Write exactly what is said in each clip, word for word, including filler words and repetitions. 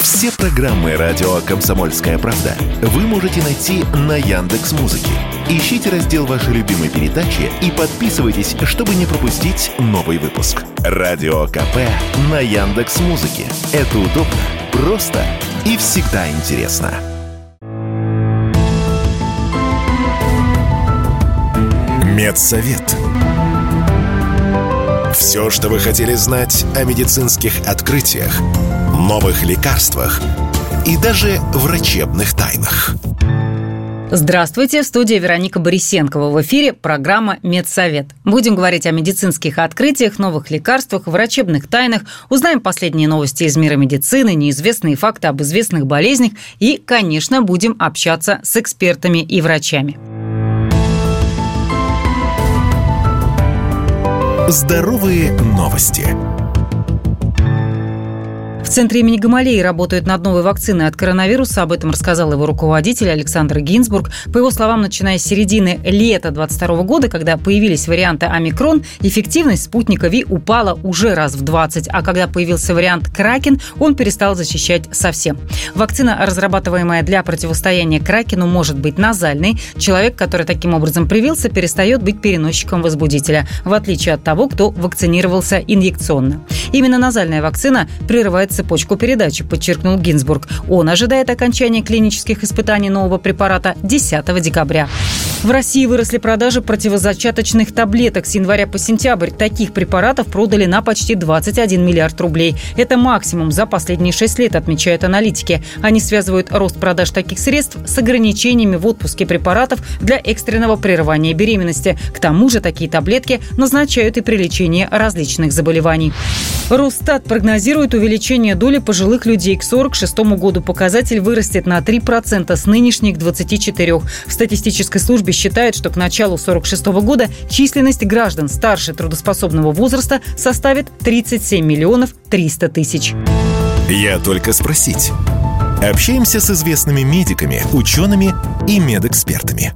Все программы радио «Комсомольская правда» вы можете найти на Яндекс.Музыке. Ищите раздел вашей любимой передачи и подписывайтесь, чтобы не пропустить новый выпуск. Радио КП на Яндекс.Музыке. Это удобно, просто и всегда интересно. Медсовет. Все, что вы хотели знать о медицинских открытиях, новых лекарствах и даже врачебных тайнах. Здравствуйте, в студии Вероника Борисенкова. В эфире программа «Медсовет». Будем говорить о медицинских открытиях, новых лекарствах, врачебных тайнах, узнаем последние новости из мира медицины, неизвестные факты об известных болезнях и, конечно, будем общаться с экспертами и врачами. Здоровые новости. В центре имени Гамалеи работают над новой вакциной от коронавируса. Об этом рассказал его руководитель Александр Гинзбург. По его словам, начиная с середины лета двадцать второго года, когда появились варианты омикрон, эффективность спутника Ви упала уже раз в двадцать, а когда появился вариант Кракен, он перестал защищать совсем. Вакцина, разрабатываемая для противостояния Кракену, может быть назальной. Человек, который таким образом привился, перестает быть переносчиком возбудителя, в отличие от того, кто вакцинировался инъекционно. Именно назальная вакцина прерывает цепочку передачи, подчеркнул Гинзбург. Он ожидает окончания клинических испытаний нового препарата десятого декабря. В России выросли продажи противозачаточных таблеток. С января по сентябрь таких препаратов продали на почти двадцать один миллиард рублей. Это максимум за последние шесть лет, отмечают аналитики. Они связывают рост продаж таких средств с ограничениями в отпуске препаратов для экстренного прерывания беременности. К тому же такие таблетки назначают и при лечении различных заболеваний. Росстат прогнозирует увеличение доли пожилых людей. К сорок шестому году показатель вырастет на три процента с нынешних двадцати четырёх. В статистической службе считают, что к началу сорок шестого года численность граждан старше трудоспособного возраста составит тридцать семь миллионов триста тысяч. Я только спросить. Общаемся с известными медиками, учеными и медэкспертами.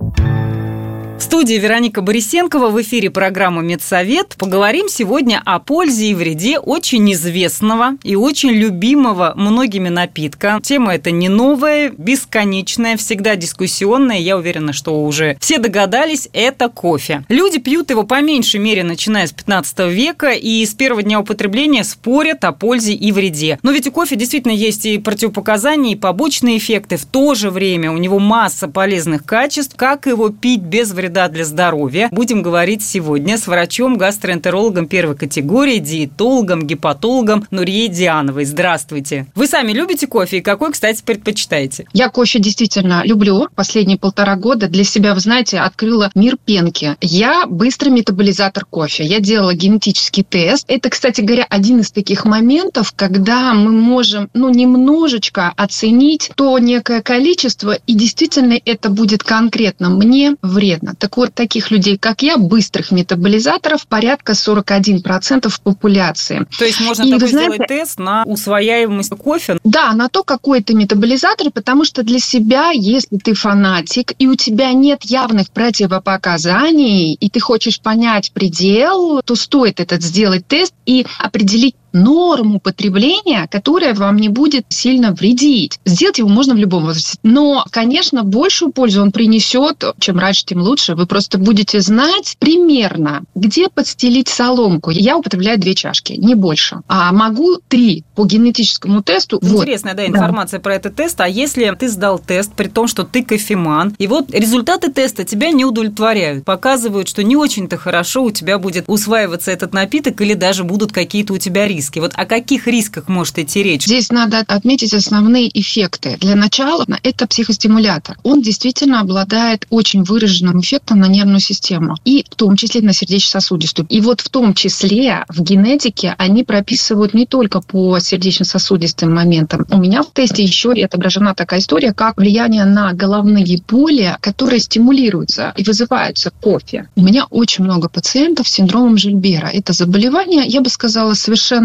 В студии Вероника Борисенкова, в эфире программа «Медсовет». Поговорим сегодня о пользе и вреде очень известного и очень любимого многими напитка. Тема эта не новая, бесконечная, всегда дискуссионная. Я уверена, что уже все догадались, это кофе. Люди пьют его по меньшей мере, начиная с пятнадцатого века, и с первого дня употребления спорят о пользе и вреде. Но ведь у кофе действительно есть и противопоказания, и побочные эффекты. В то же время у него масса полезных качеств. Как его пить без вреда для здоровья? Будем говорить сегодня с врачом-гастроэнтерологом первой категории, диетологом, гепатологом Нурией Диановой. Здравствуйте. Вы сами любите кофе и какой, кстати, предпочитаете? Я кофе действительно люблю. Последние полтора года для себя, вы знаете, открыла мир пенки. Я быстрый метаболизатор кофе. Я делала генетический тест. Это, кстати говоря, один из таких моментов, когда мы можем, ну, немножечко оценить то некое количество, и действительно это будет конкретно мне вредно. Так вот, таких людей, как я, быстрых метаболизаторов, порядка сорок один процент в популяции. То есть можно и, такой знаете, сделать тест на усвояемость кофе? Да, на то, какой ты метаболизатор, потому что для себя, если ты фанатик, и у тебя нет явных противопоказаний, и ты хочешь понять предел, то стоит этот сделать тест и определить норму потребления, которая вам не будет сильно вредить. Сделать его можно в любом возрасте. Но, конечно, большую пользу он принесет. Чем раньше, тем лучше. Вы просто будете знать примерно, где подстелить соломку. Я употребляю две чашки, не больше. А могу три по генетическому тесту. Интересная, вот. да, информация да. про этот тест. А если ты сдал тест, при том, что ты кофеман, и вот результаты теста тебя не удовлетворяют, показывают, что не очень-то хорошо у тебя будет усваиваться этот напиток или даже будут какие-то у тебя риски. Вот о каких рисках может идти речь? Здесь надо отметить основные эффекты. Для начала это психостимулятор. Он действительно обладает очень выраженным эффектом на нервную систему, и в том числе на сердечно-сосудистую. И вот в том числе в генетике они прописывают не только по сердечно-сосудистым моментам. У меня в тесте еще и отображена такая история, как влияние на головные боли, которые стимулируются и вызываются кофе. У меня очень много пациентов с синдромом Жильбера. Это заболевание, я бы сказала, совершенно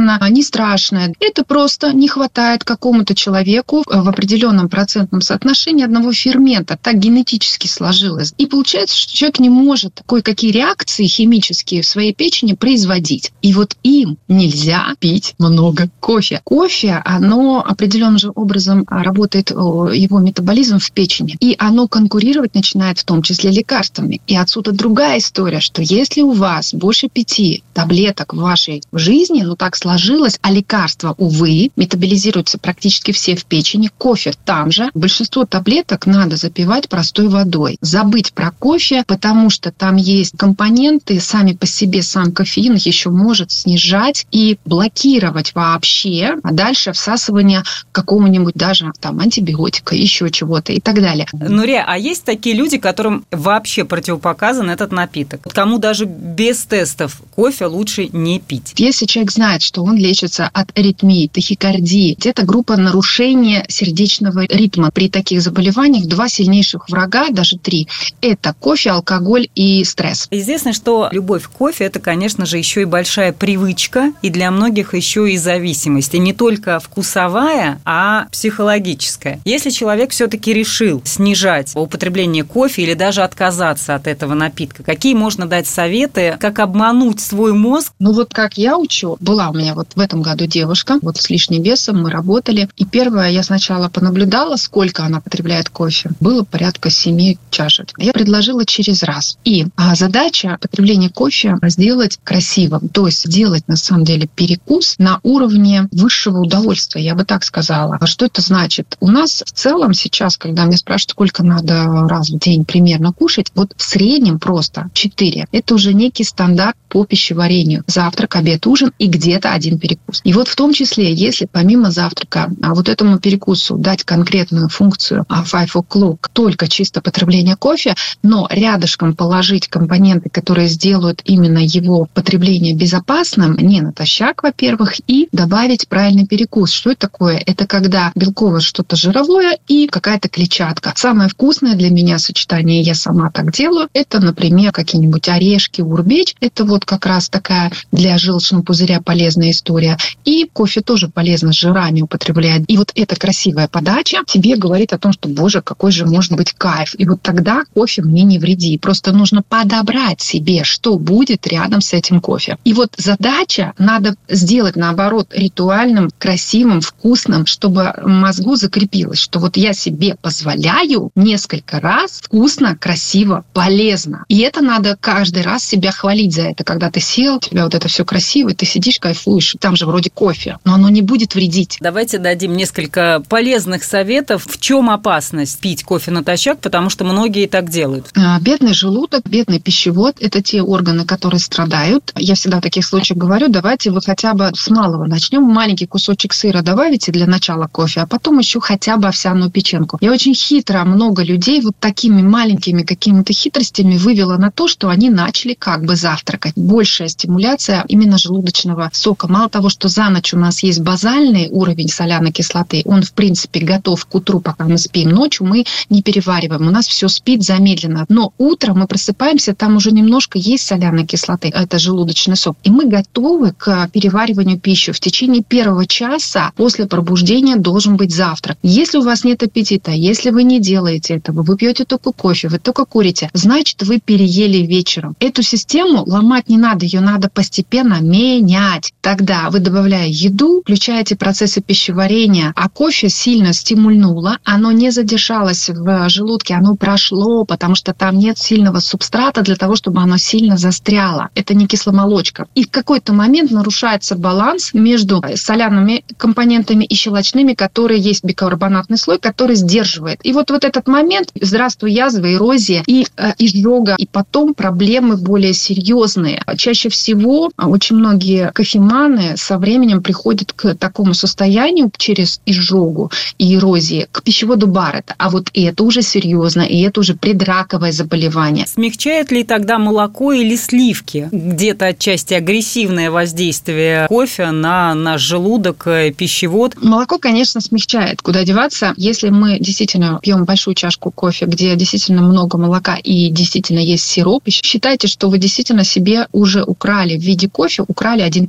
совершенно не страшное. Это просто не хватает какому-то человеку в определенном процентном соотношении одного фермента. Так генетически сложилось. И получается, что человек не может кое-какие реакции химические в своей печени производить. И вот им нельзя пить много кофе. Кофе, оно определенным же образом работает, его метаболизм в печени. И оно конкурировать начинает в том числе лекарствами. И отсюда другая история, что если у вас больше пяти таблеток в вашей жизни, ну так сложилось, а лекарства, увы, метаболизируются практически все в печени, кофе там же, большинство таблеток надо запивать простой водой. Забыть про кофе, потому что там есть компоненты, сами по себе сам кофеин еще может снижать и блокировать вообще, а дальше всасывание какого-нибудь даже там антибиотика, еще чего-то и так далее. Нурия, а есть такие люди, которым вообще противопоказан этот напиток? Кому даже без тестов кофе лучше не пить? Если человек знает, что он лечится от аритмии, тахикардии, где-то группа нарушения сердечного ритма. При таких заболеваниях два сильнейших врага, даже три, это кофе, алкоголь и стресс. Известно, что любовь к кофе – это, конечно же, еще и большая привычка, и для многих еще и зависимость. И не только вкусовая, а психологическая. Если человек все-таки решил снижать употребление кофе или даже отказаться от этого напитка, какие можно дать советы, как обмануть свой мозг? Ну вот как я учу, была у меня вот в этом году девушка, вот с лишним весом, мы работали, и первое, я сначала понаблюдала, сколько она потребляет кофе. Было порядка семи чашек. Я предложила через раз. И а, задача потребления кофе сделать красивым, то есть сделать на самом деле перекус на уровне высшего удовольствия, я бы так сказала. А что это значит? У нас в целом сейчас, когда меня спрашивают, сколько надо раз в день примерно кушать, вот в среднем просто четыре. Это уже некий стандарт по пищеварению. Завтрак, обед, ужин и где-то один перекус. И вот в том числе, если помимо завтрака а вот этому перекусу дать конкретную функцию five o'clock, только чисто потребление кофе, но рядышком положить компоненты, которые сделают именно его потребление безопасным, не натощак, во-первых, и добавить правильный перекус. Что это такое? Это когда белковое что-то жировое и какая-то клетчатка. Самое вкусное для меня сочетание, я сама так делаю, это, например, какие-нибудь орешки, урбеч. Это вот как раз такая для желчного пузыря полезная история. И кофе тоже полезно с жирами употреблять. И вот эта красивая подача тебе говорит о том, что, боже, какой же может быть кайф. И вот тогда кофе мне не вреди. Просто нужно подобрать себе, что будет рядом с этим кофе. И вот задача надо сделать, наоборот, ритуальным, красивым, вкусным, чтобы мозгу закрепилось, что вот я себе позволяю несколько раз вкусно, красиво, полезно. И это надо каждый раз себя хвалить за это. Когда ты сел, у тебя вот это все красиво, и ты сидишь, кайфуешь. Там же вроде кофе, но оно не будет вредить. Давайте дадим несколько полезных советов. В чем опасность пить кофе натощак, потому что многие так делают? Бедный желудок, бедный пищевод – это те органы, которые страдают. Я всегда в таких случаях говорю, давайте вы хотя бы с малого начнем. Маленький кусочек сыра добавите для начала кофе, а потом еще хотя бы овсяную печенку. Я очень хитро много людей вот такими маленькими какими-то хитростями вывела на то, что они начали как бы завтракать. Большая стимуляция именно желудочного сока. Мало того, что за ночь у нас есть базальный уровень соляной кислоты, он, в принципе, готов к утру, пока мы спим. Ночью мы не перевариваем, у нас все спит замедленно. Но утром мы просыпаемся, там уже немножко есть соляной кислоты, это желудочный сок. И мы готовы к перевариванию пищи. В течение первого часа после пробуждения должен быть завтрак. Если у вас нет аппетита, если вы не делаете этого, вы пьете только кофе, вы только курите, значит, вы переели вечером. Эту систему ломать не надо, ее надо постепенно менять. Тогда вы, добавляя еду, включаете процессы пищеварения, а кофе сильно стимульнуло, оно не задержалось в желудке, оно прошло, потому что там нет сильного субстрата для того, чтобы оно сильно застряло. Это не кисломолочка. И в какой-то момент нарушается баланс между соляными компонентами и щелочными, которые есть бикарбонатный слой, который сдерживает. И вот, вот этот момент, здравствуй, язва, эрозия и э, изжога, и потом проблемы более серьезные. Чаще всего очень многие кофеманы со временем приходят к такому состоянию через изжогу и эрозии, к пищеводу Барретта. А вот это уже серьезно, и это уже предраковое заболевание. Смягчает ли тогда молоко или сливки? Где-то отчасти агрессивное воздействие кофе на наш желудок, пищевод? Молоко, конечно, смягчает. Куда деваться? Если мы действительно пьем большую чашку кофе, где действительно много молока и действительно есть сироп, считайте, что вы действительно себе уже украли в виде кофе, украли один перекус.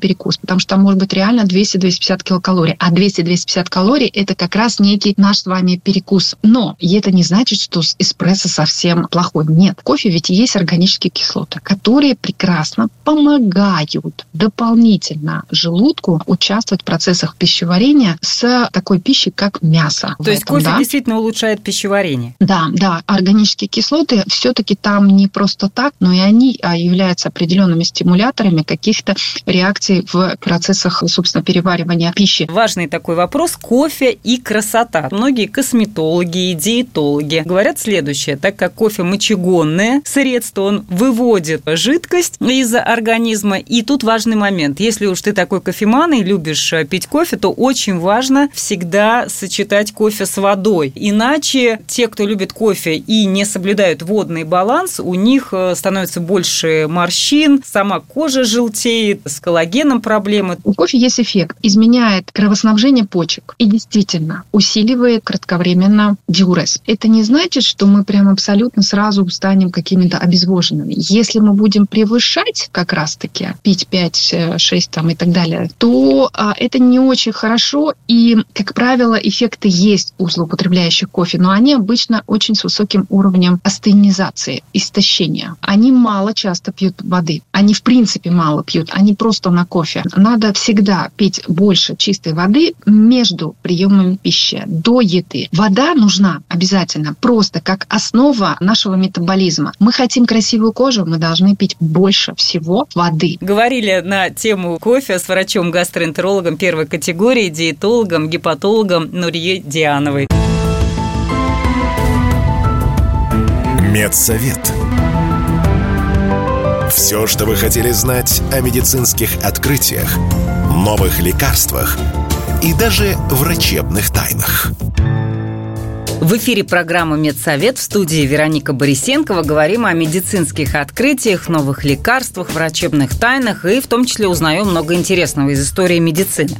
потому что там может быть реально двести - двести пятьдесят килокалорий. А двести - двести пятьдесят калорий – это как раз некий наш с вами перекус. Но это не значит, что эспрессо совсем плохой. Нет, в кофе ведь есть органические кислоты, которые прекрасно помогают дополнительно желудку участвовать в процессах пищеварения с такой пищей, как мясо. То есть кофе да? действительно улучшает пищеварение? Да, да. Органические кислоты все-таки там не просто так, но и они являются определенными стимуляторами каких-то реакций в процессах, собственно, переваривания пищи. Важный такой вопрос – кофе и красота. Многие косметологи и диетологи говорят следующее. Так как кофе мочегонное средство, он выводит жидкость из организма. И тут важный момент. Если уж ты такой кофеман и любишь пить кофе, то очень важно всегда сочетать кофе с водой. Иначе те, кто любит кофе и не соблюдают водный баланс, у них становится больше морщин, сама кожа желтеет, с коллагеном проблемы. У кофе есть эффект. Изменяет кровоснабжение почек и действительно усиливает кратковременно диурез. Это не значит, что мы прям абсолютно сразу станем какими-то обезвоженными. Если мы будем превышать как раз-таки, пить пять-шесть там и так далее, то а, это не очень хорошо. И, как правило, эффекты есть у злоупотребляющих кофе, но они обычно очень с высоким уровнем астенизации, истощения. Они мало часто пьют воды. Они, в принципе, мало пьют. Они просто на кофе. Надо всегда пить больше чистой воды между приемами пищи, до еды. Вода нужна обязательно, просто как основа нашего метаболизма. Мы хотим красивую кожу, мы должны пить больше всего воды. Говорили на тему кофе с врачом-гастроэнтерологом первой категории, диетологом, гепатологом Нурие Диановой. Медсовет. Все, что вы хотели знать о медицинских открытиях, новых лекарствах и даже врачебных тайнах. В эфире программы «Медсовет», в студии Вероника Борисенкова. Говорим о медицинских открытиях, новых лекарствах, врачебных тайнах и в том числе узнаем много интересного из истории медицины.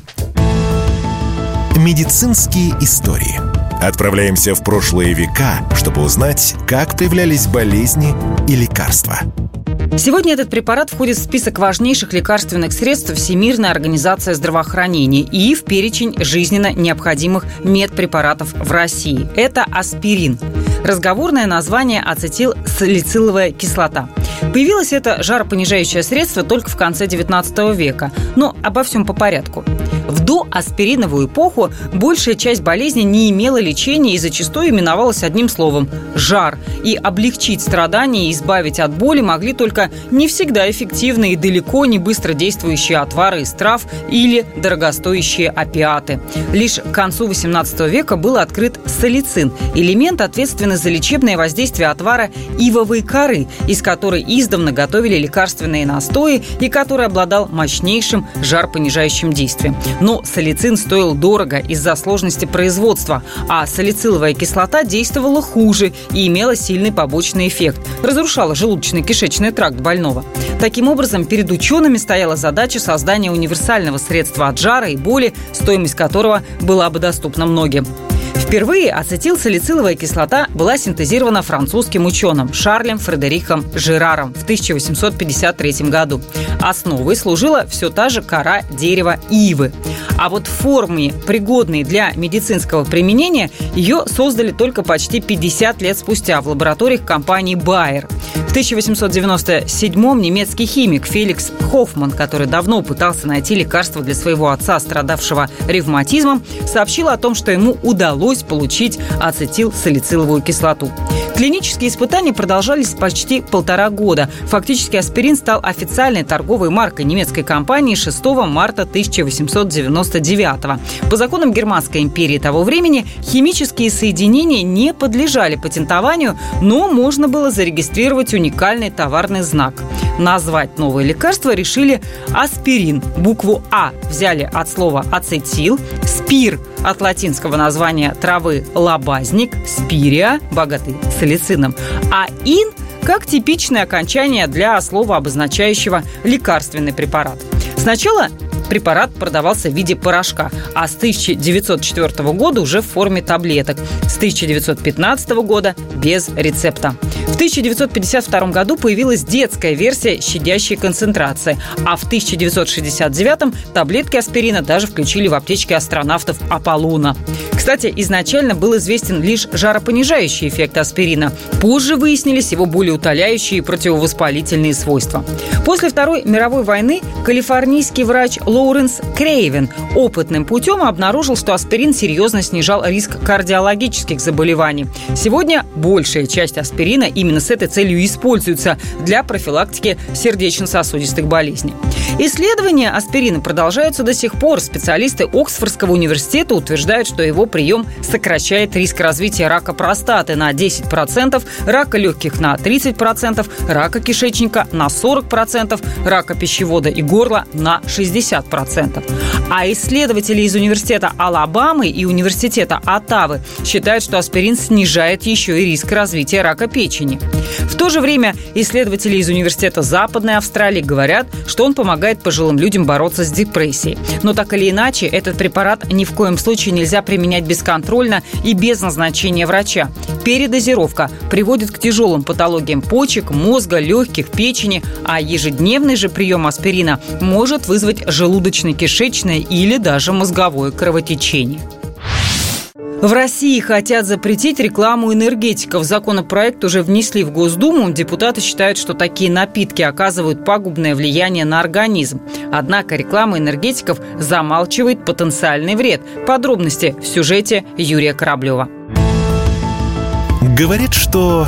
Медицинские истории. Отправляемся в прошлые века, чтобы узнать, как появлялись болезни и лекарства. Сегодня этот препарат входит в список важнейших лекарственных средств Всемирной организации здравоохранения и в перечень жизненно необходимых медпрепаратов в России. Это аспирин. Разговорное название ацетилсалициловая кислота. Появилось это жаропонижающее средство только в конце девятнадцатого века. Но обо всем по порядку. В доаспириновую эпоху большая часть болезней не имела лечения и зачастую именовалась одним словом – жар. И облегчить страдания и избавить от боли могли только не всегда эффективные и далеко не быстродействующие отвары из трав или дорогостоящие опиаты. Лишь к концу восемнадцатого века был открыт салицин – элемент, ответственный за лечебное воздействие отвара ивовой коры, из которой издавна готовили лекарственные настои и который обладал мощнейшим жаропонижающим действием. Но салицин стоил дорого из-за сложности производства, а салициловая кислота действовала хуже и имела сильный побочный эффект – разрушала желудочно-кишечный тракт больного. Таким образом, перед учеными стояла задача создания универсального средства от жара и боли, стоимость которого была бы доступна многим. Впервые ацетилсалициловая кислота была синтезирована французским ученым Шарлем Фредериком Жераром в тысяча восемьсот пятьдесят третьем году. Основой служила все та же кора дерева ивы. А вот в форме, пригодной для медицинского применения, ее создали только почти пятьдесят лет спустя в лабораториях компании Bayer. В тысяча восемьсот девяносто седьмом немецкий химик Феликс Хоффман, который давно пытался найти лекарство для своего отца, страдавшего ревматизмом, сообщил о том, что ему удалось получить ацетилсалициловую кислоту. Клинические испытания продолжались почти полтора года. Фактически аспирин стал официальной торговой маркой немецкой компании шестого марта тысяча восемьсот девяносто девятого. По законам Германской империи того времени химические соединения не подлежали патентованию, но можно было зарегистрировать уникальный товарный знак. Назвать новое лекарство решили аспирин. Букву «А» взяли от слова ацетил, спир от латинского названия травы лабазник, спирия, богатый салицином, а ин как типичное окончание для слова, обозначающего лекарственный препарат. Сначала препарат продавался в виде порошка, а с тысяча девятьсот четвёртого года уже в форме таблеток. С тысяча девятьсот пятнадцатого года без рецепта. В тысяча девятьсот пятьдесят втором году появилась детская версия щадящей концентрации, а в тысяча девятьсот шестьдесят девятом таблетки аспирина даже включили в аптечки астронавтов Аполлона. Кстати, изначально был известен лишь жаропонижающий эффект аспирина. Позже выяснились его болеутоляющие и противовоспалительные свойства. После Второй мировой войны калифорнийский врач Лоуренс Крейвен опытным путем обнаружил, что аспирин серьезно снижал риск кардиологических заболеваний. Сегодня большая часть аспирина именно с этой целью используется для профилактики сердечно-сосудистых болезней. Исследования аспирина продолжаются до сих пор. Специалисты Оксфордского университета утверждают, что его прием сокращает риск развития рака простаты на десять процентов, рака легких на тридцать процентов, рака кишечника на сорок процентов, рака пищевода и горла на шестьдесят процентов. А исследователи из университета Алабамы и университета Оттавы считают, что аспирин снижает еще и риск развития рака печени. В то же время исследователи из университета Западной Австралии говорят, что он помогает пожилым людям бороться с депрессией. Но так или иначе, этот препарат ни в коем случае нельзя применять бесконтрольно и без назначения врача. Передозировка приводит к тяжелым патологиям почек, мозга, легких, печени, а ежедневный же прием аспирина может вызвать желудочно-кишечное или даже мозговое кровотечение. В России хотят запретить рекламу энергетиков. Законопроект уже внесли в Госдуму. Депутаты считают, что такие напитки оказывают пагубное влияние на организм. Однако реклама энергетиков замалчивает потенциальный вред. Подробности в сюжете Юрия Кораблева. Говорит, что...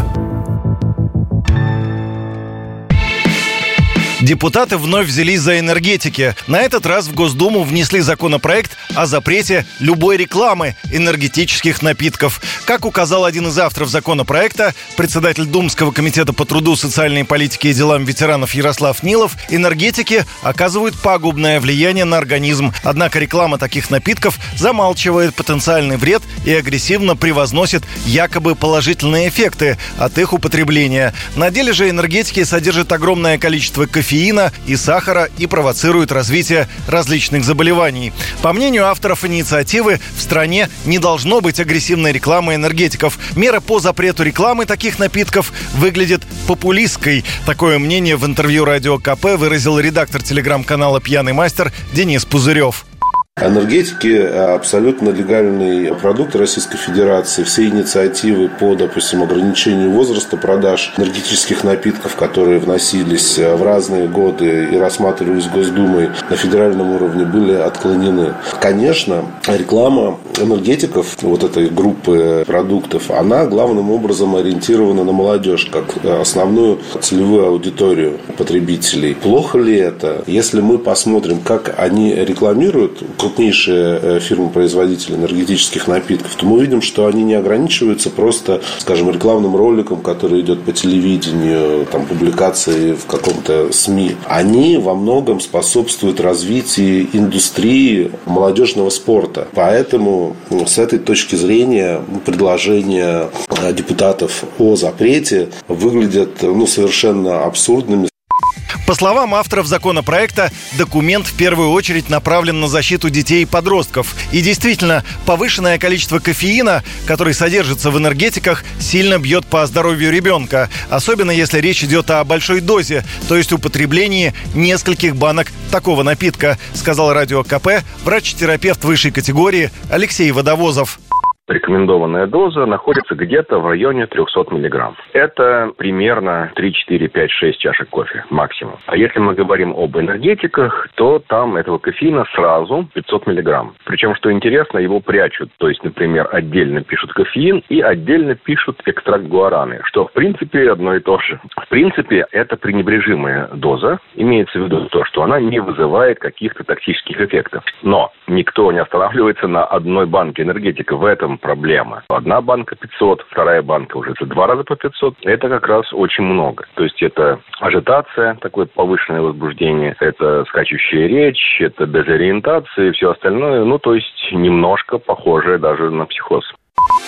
Депутаты вновь взялись за энергетики. На этот раз в Госдуму внесли законопроект о запрете любой рекламы энергетических напитков. Как указал один из авторов законопроекта, председатель Думского комитета по труду, социальной политике и делам ветеранов Ярослав Нилов, энергетики оказывают пагубное влияние на организм. Однако реклама таких напитков замалчивает потенциальный вред и агрессивно превозносит якобы положительные эффекты от их употребления. На деле же энергетики содержат огромное количество кофеина, и сахара и провоцируют развитие различных заболеваний. По мнению авторов инициативы, в стране не должно быть агрессивной рекламы энергетиков. Мера по запрету рекламы таких напитков выглядит популистской. Такое мнение в интервью Радио КП выразил редактор телеграм-канала «Пьяный мастер» Денис Пузырев. Энергетики – абсолютно легальный продукт Российской Федерации. Все инициативы по, допустим, ограничению возраста продаж энергетических напитков, которые вносились в разные годы и рассматривались Госдумой на федеральном уровне, были отклонены. Конечно, реклама энергетиков, вот этой группы продуктов, она главным образом ориентирована на молодежь, как основную целевую аудиторию потребителей. Плохо ли это? Если мы посмотрим, как они рекламируют, крупнейшие фирмы-производители энергетических напитков, то мы увидим, что они не ограничиваются просто, скажем, рекламным роликом, который идет по телевидению, там, публикации в каком-то СМИ. Они во многом способствуют развитию индустрии молодежного спорта. Поэтому с этой точки зрения предложения депутатов о запрете выглядят ну, совершенно абсурдными. По словам авторов законопроекта, документ в первую очередь направлен на защиту детей и подростков. И действительно, повышенное количество кофеина, который содержится в энергетиках, сильно бьет по здоровью ребенка. Особенно если речь идет о большой дозе, то есть употреблении нескольких банок такого напитка, сказал Радио КП врач-терапевт высшей категории Алексей Водовозов. Рекомендованная доза находится где-то в районе триста миллиграмм. Это примерно три, четыре, пять, шесть чашек кофе максимум. А если мы говорим об энергетиках, то там этого кофеина сразу пятьсот миллиграмм. Причем, что интересно, его прячут. То есть, например, отдельно пишут кофеин и отдельно пишут экстракт гуараны, что в принципе одно и то же. В принципе, это пренебрежимая доза. Имеется в виду то, что она не вызывает каких-то токсических эффектов. Но никто не останавливается на одной банке энергетика. В этом проблема. Одна банка пятьсот, вторая банка уже за два раза по пятьсот. Это как раз очень много. То есть это ажитация, такое повышенное возбуждение, это скачущая речь, это дезориентация и все остальное. Ну, то есть немножко похожее даже на психоз.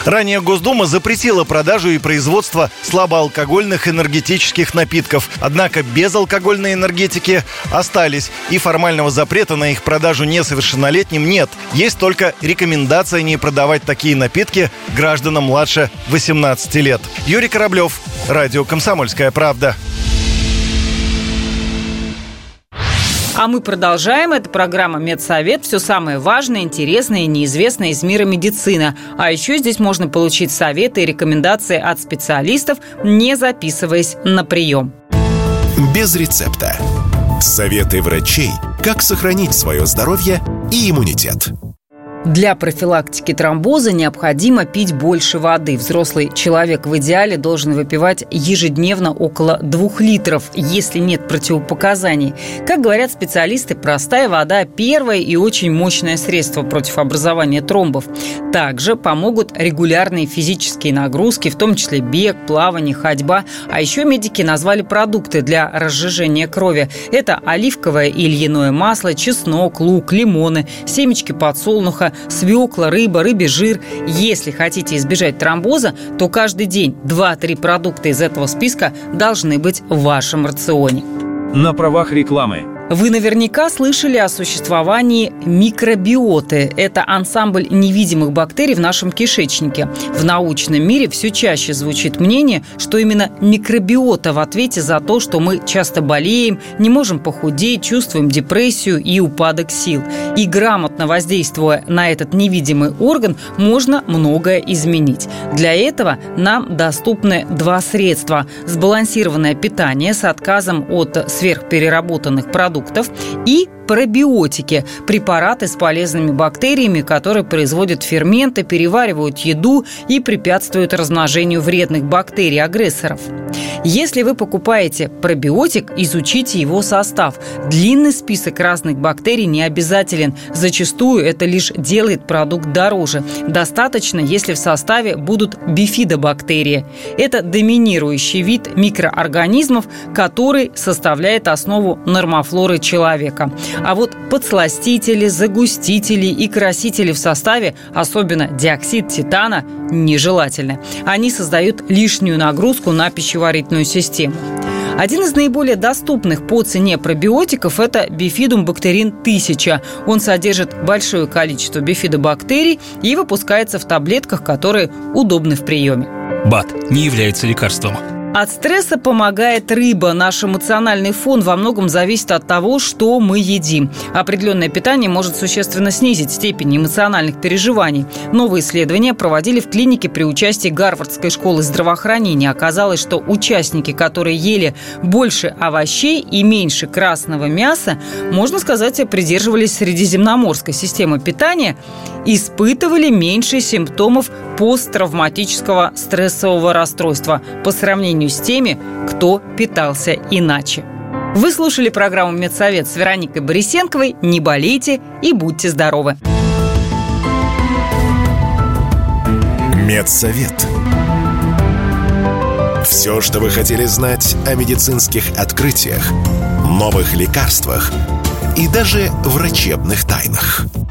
Ранее Госдума запретила продажу и производство слабоалкогольных энергетических напитков. Однако безалкогольные энергетики остались, и формального запрета на их продажу несовершеннолетним нет. Есть только рекомендация не продавать такие напитки гражданам младше восемнадцати лет. Юрий Кораблев, радио «Комсомольская правда». А мы продолжаем. Это программа «Медсовет». Все самое важное, интересное и неизвестное из мира медицины. А еще здесь можно получить советы и рекомендации от специалистов, не записываясь на прием. Без рецепта. Советы врачей, как сохранить свое здоровье и иммунитет. Для профилактики тромбоза необходимо пить больше воды. Взрослый человек в идеале должен выпивать ежедневно около двух литров, если нет противопоказаний. Как говорят специалисты, простая вода – первое и очень мощное средство против образования тромбов. Также помогут регулярные физические нагрузки, в том числе бег, плавание, ходьба. А еще медики назвали продукты для разжижения крови. Это оливковое и льняное масло, чеснок, лук, лимоны, семечки подсолнуха, свекла, рыба, рыбий жир. Если хотите избежать тромбоза, то каждый день два-три продукта из этого списка должны быть в вашем рационе. На правах рекламы. Вы наверняка слышали о существовании микробиоты. Это ансамбль невидимых бактерий в нашем кишечнике. В научном мире все чаще звучит мнение, что именно микробиота в ответе за то, что мы часто болеем, не можем похудеть, чувствуем депрессию и упадок сил. И грамотно воздействуя на этот невидимый орган, можно многое изменить. Для этого нам доступны два средства: сбалансированное питание с отказом от сверхпереработанных продуктов и пробиотики – препараты с полезными бактериями, которые производят ферменты, переваривают еду и препятствуют размножению вредных бактерий-агрессоров. Если вы покупаете пробиотик, изучите его состав. Длинный список разных бактерий не обязателен. Зачастую это лишь делает продукт дороже. Достаточно, если в составе будут бифидобактерии. Это доминирующий вид микроорганизмов, который составляет основу нормофлоры человека. А вот подсластители, загустители и красители в составе, особенно диоксид титана, нежелательны. Они создают лишнюю нагрузку на пищеварительную систему. Один из наиболее доступных по цене пробиотиков – это бифидум бактерин тысяча. Он содержит большое количество бифидобактерий и выпускается в таблетках, которые удобны в приеме. БАД не является лекарством. От стресса помогает рыба. Наш эмоциональный фон во многом зависит от того, что мы едим. Определенное питание может существенно снизить степень эмоциональных переживаний. Новые исследования проводили в клинике при участии Гарвардской школы здравоохранения. Оказалось, что участники, которые ели больше овощей и меньше красного мяса, можно сказать, придерживались средиземноморской системы питания, испытывали меньше симптомов посттравматического стрессового расстройства по сравнению с теми, кто питался иначе. Вы слушали программу «Медсовет» с Вероникой Борисенковой. Не болейте и будьте здоровы! Медсовет. Все, что вы хотели знать о медицинских открытиях, новых лекарствах и даже врачебных тайнах.